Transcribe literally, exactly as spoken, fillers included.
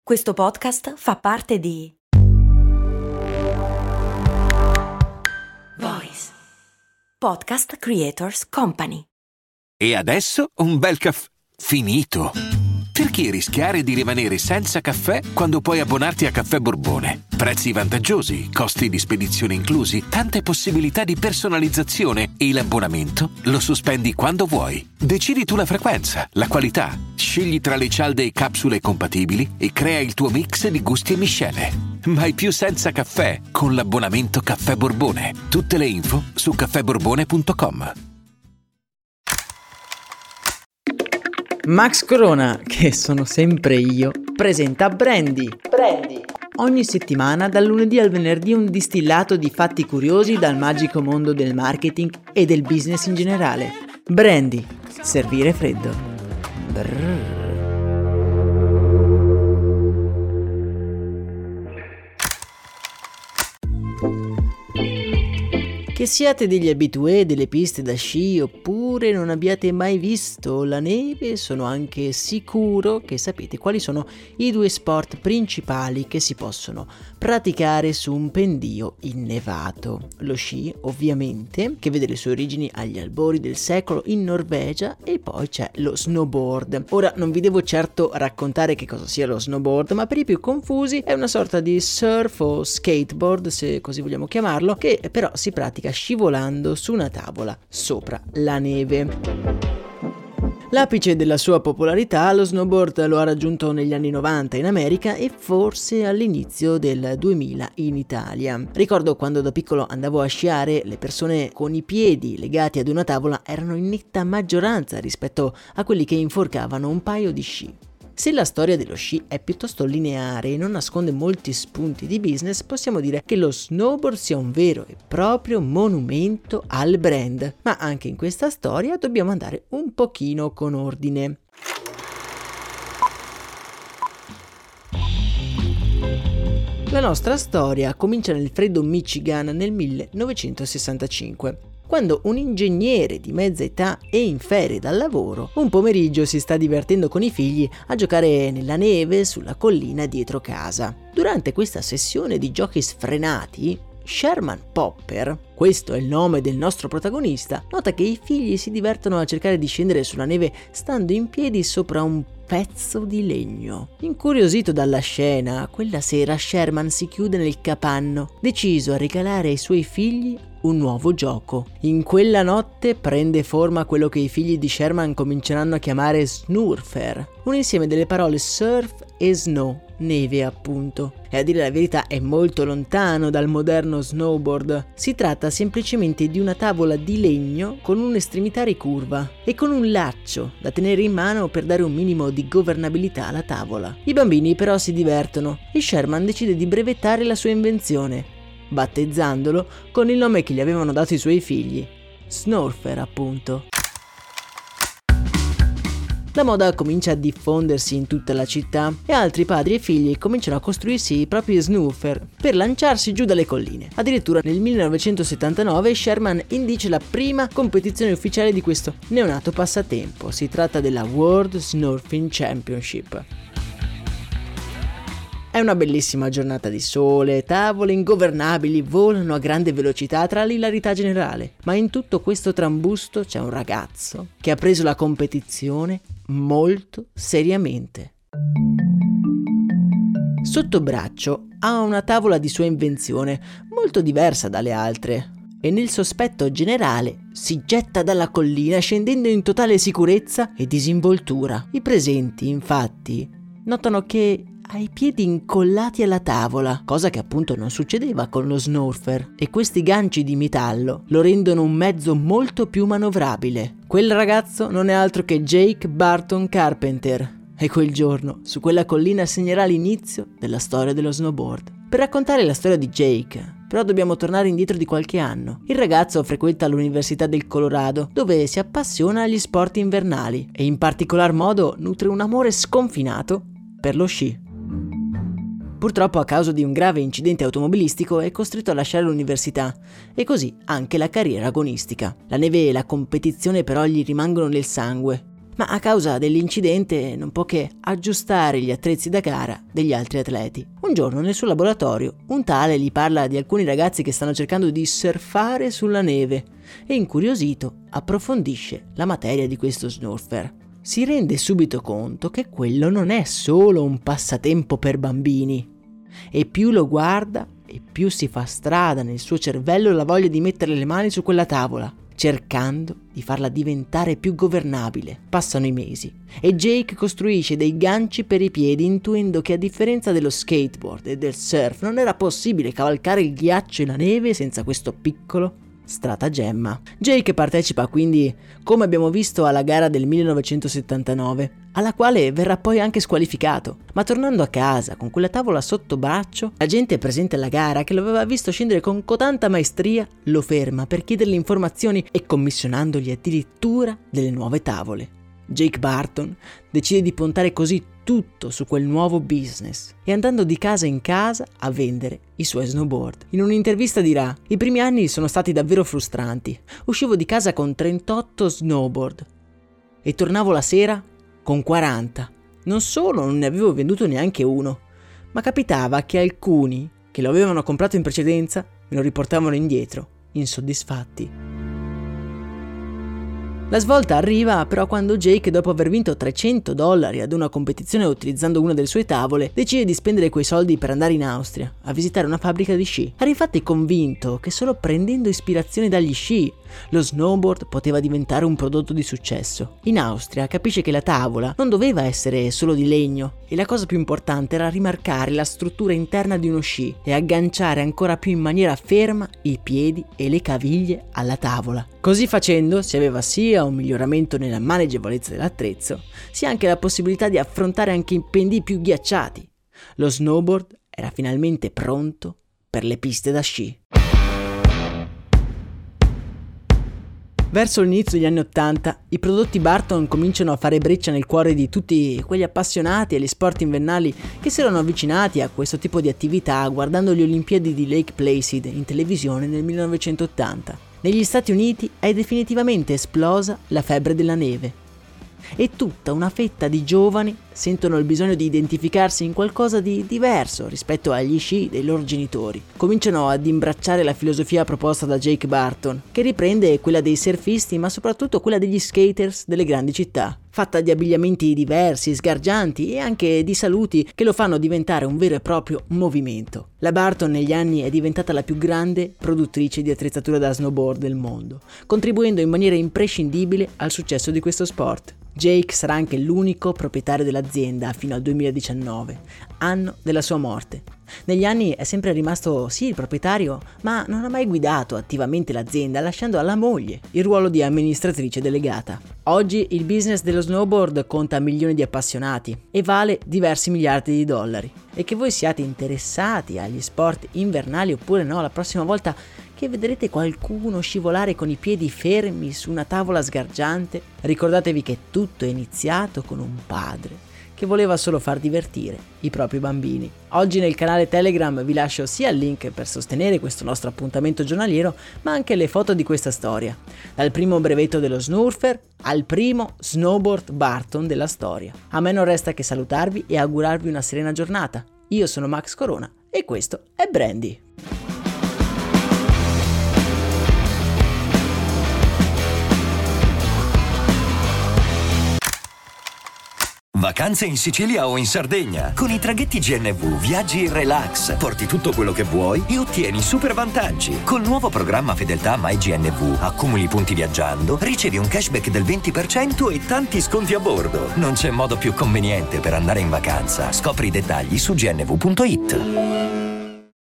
Questo podcast fa parte di Voice Podcast Creators Company. E adesso un bel caffè finito. Perché rischiare di rimanere senza caffè quando puoi abbonarti a Caffè Borbone? Prezzi vantaggiosi, costi di spedizione inclusi, tante possibilità di personalizzazione e l'abbonamento lo sospendi quando vuoi. Decidi tu la frequenza, la qualità, scegli tra le cialde e capsule compatibili e crea il tuo mix di gusti e miscele. Mai più senza caffè con l'abbonamento Caffè Borbone. Tutte le info su caffè borbone punto com. Max Corona, che sono sempre io, presenta Brandy. Brandy. Ogni settimana, dal lunedì al venerdì, un distillato di fatti curiosi dal magico mondo del marketing e del business in generale. Brandy. Servire freddo. Brrr. Che siate degli abitué delle piste da sci oppure non abbiate mai visto la neve, sono anche sicuro che sapete quali sono i due sport principali che si possono praticare su un pendio innevato. Lo sci, ovviamente, che vede le sue origini agli albori del secolo in Norvegia, e poi c'è lo snowboard. Ora, non vi devo certo raccontare che cosa sia lo snowboard, ma per i più confusi è una sorta di surf o skateboard, se così vogliamo chiamarlo, che però si pratica scivolando su una tavola sopra la neve. L'apice della sua popolarità lo snowboard lo ha raggiunto negli anni novanta in America e forse all'inizio del duemila in Italia. Ricordo quando da piccolo andavo a sciare, le persone con i piedi legati ad una tavola erano in netta maggioranza rispetto a quelli che inforcavano un paio di sci. Se la storia dello sci è piuttosto lineare e non nasconde molti spunti di business, possiamo dire che lo snowboard sia un vero e proprio monumento al brand. Ma anche in questa storia dobbiamo andare un pochino con ordine. La nostra storia comincia nel freddo Michigan nel millenovecentosessantacinque. Quando un ingegnere di mezza età e in ferie dal lavoro un pomeriggio si sta divertendo con i figli a giocare nella neve sulla collina dietro casa. Durante questa sessione di giochi sfrenati, Sherman Popper, questo è il nome del nostro protagonista, nota che i figli si divertono a cercare di scendere sulla neve stando in piedi sopra un pezzo di legno. Incuriosito dalla scena, quella sera Sherman si chiude nel capanno, deciso a regalare ai suoi figli un nuovo gioco. In quella notte prende forma quello che i figli di Sherman cominceranno a chiamare Snurfer, un insieme delle parole surf e snow, neve appunto. E a dire la verità è molto lontano dal moderno snowboard. Si tratta semplicemente di una tavola di legno con un'estremità ricurva e con un laccio da tenere in mano per dare un minimo di governabilità alla tavola. I bambini però si divertono e Sherman decide di brevettare la sua invenzione, battezzandolo con il nome che gli avevano dato i suoi figli, Snurfer appunto. La moda comincia a diffondersi in tutta la città e altri padri e figli cominciano a costruirsi i propri snurfer per lanciarsi giù dalle colline. Addirittura nel millenovecentosettantanove Sherman indice la prima competizione ufficiale di questo neonato passatempo. Si tratta della World Snurfing Championship. È una bellissima giornata di sole, tavole ingovernabili volano a grande velocità tra l'ilarità generale, ma in tutto questo trambusto c'è un ragazzo che ha preso la competizione molto seriamente. Sotto braccio ha una tavola di sua invenzione molto diversa dalle altre e nel sospetto generale si getta dalla collina scendendo in totale sicurezza e disinvoltura. I presenti, infatti, notano che ha i piedi incollati alla tavola, cosa che appunto non succedeva con lo snurfer, e questi ganci di metallo lo rendono un mezzo molto più manovrabile. Quel ragazzo non è altro che Jake Barton Carpenter, e quel giorno su quella collina segnerà l'inizio della storia dello snowboard. Per raccontare la storia di Jake, però dobbiamo tornare indietro di qualche anno. Il ragazzo frequenta l'Università del Colorado, dove si appassiona agli sport invernali e in particolar modo nutre un amore sconfinato per lo sci. Purtroppo, a causa di un grave incidente automobilistico, è costretto a lasciare l'università e così anche la carriera agonistica. La neve e la competizione però gli rimangono nel sangue. ma a causa dell'incidente non può che aggiustare gli attrezzi da gara degli altri atleti. Un giorno nel suo laboratorio un tale gli parla di alcuni ragazzi che stanno cercando di surfare sulla neve e incuriosito approfondisce la materia di questo snurfer. Si rende subito conto che quello non è solo un passatempo per bambini e più lo guarda e più si fa strada nel suo cervello la voglia di mettere le mani su quella tavola, cercando di farla diventare più governabile. Passano i mesi e Jake costruisce dei ganci per i piedi, intuendo che a differenza dello skateboard e del surf non era possibile cavalcare il ghiaccio e la neve senza questo piccolo stratagemma. Jake partecipa quindi, come abbiamo visto, alla gara del millenovecentosettantanove, alla quale verrà poi anche squalificato, ma tornando a casa con quella tavola sotto braccio, la gente presente alla gara, che lo aveva visto scendere con cotanta maestria, lo ferma per chiedergli informazioni e commissionandogli addirittura delle nuove tavole. Jake Burton decide di puntare così tutto su quel nuovo business e andando di casa in casa a vendere i suoi snowboard. In un'intervista dirà: i primi anni sono stati davvero frustranti. Uscivo di casa con trentotto snowboard e tornavo la sera con quaranta. Non solo non ne avevo venduto neanche uno, ma capitava che alcuni che lo avevano comprato in precedenza me lo riportavano indietro, insoddisfatti. La svolta arriva però quando Jake, dopo aver vinto trecento dollari ad una competizione utilizzando una delle sue tavole, decide di spendere quei soldi per andare in Austria a visitare una fabbrica di sci. Era infatti convinto che solo prendendo ispirazione dagli sci lo snowboard poteva diventare un prodotto di successo. In Austria capisce che la tavola non doveva essere solo di legno e la cosa più importante era rimarcare la struttura interna di uno sci e agganciare ancora più in maniera ferma i piedi e le caviglie alla tavola. Così facendo si aveva sia un miglioramento nella maneggevolezza dell'attrezzo, sia anche la possibilità di affrontare anche impendi più ghiacciati. Lo snowboard era finalmente pronto per le piste da sci. Verso l'inizio degli anni ottanta, i prodotti Burton cominciano a fare breccia nel cuore di tutti quegli appassionati agli sport invernali che si erano avvicinati a questo tipo di attività guardando le Olimpiadi di Lake Placid in televisione nel millenovecentottanta. Negli Stati Uniti è definitivamente esplosa la febbre della neve e tutta una fetta di giovani sentono il bisogno di identificarsi in qualcosa di diverso rispetto agli sci dei loro genitori. Cominciano ad imbracciare la filosofia proposta da Jake Burton, che riprende quella dei surfisti ma soprattutto quella degli skaters delle grandi città, fatta di abbigliamenti diversi, sgargianti e anche di saluti che lo fanno diventare un vero e proprio movimento. La Burton negli anni è diventata la più grande produttrice di attrezzatura da snowboard del mondo, contribuendo in maniera imprescindibile al successo di questo sport. Jake sarà anche l'unico proprietario dell'azienda fino al duemiladiciannove, anno della sua morte. Negli anni è sempre rimasto sì il proprietario, ma non ha mai guidato attivamente l'azienda, lasciando alla moglie il ruolo di amministratrice delegata. Oggi il business dello snowboard conta milioni di appassionati e vale diversi miliardi di dollari. E che voi siate interessati agli sport invernali oppure no, la prossima volta che vedrete qualcuno scivolare con i piedi fermi su una tavola sgargiante, ricordatevi che tutto è iniziato con un padre che voleva solo far divertire i propri bambini. Oggi nel canale Telegram vi lascio sia il link per sostenere questo nostro appuntamento giornaliero, ma anche le foto di questa storia, dal primo brevetto dello snurfer al primo snowboard Burton della storia. A me non resta che salutarvi e augurarvi una serena giornata. Io sono Max Corona e questo è Brandy. Vacanze in Sicilia o in Sardegna. Con i traghetti G N V viaggi in relax, porti tutto quello che vuoi e ottieni super vantaggi. Col nuovo programma Fedeltà MyGNV accumuli punti viaggiando, ricevi un cashback del venti per cento e tanti sconti a bordo. Non c'è modo più conveniente per andare in vacanza. Scopri i dettagli su gnv punto it.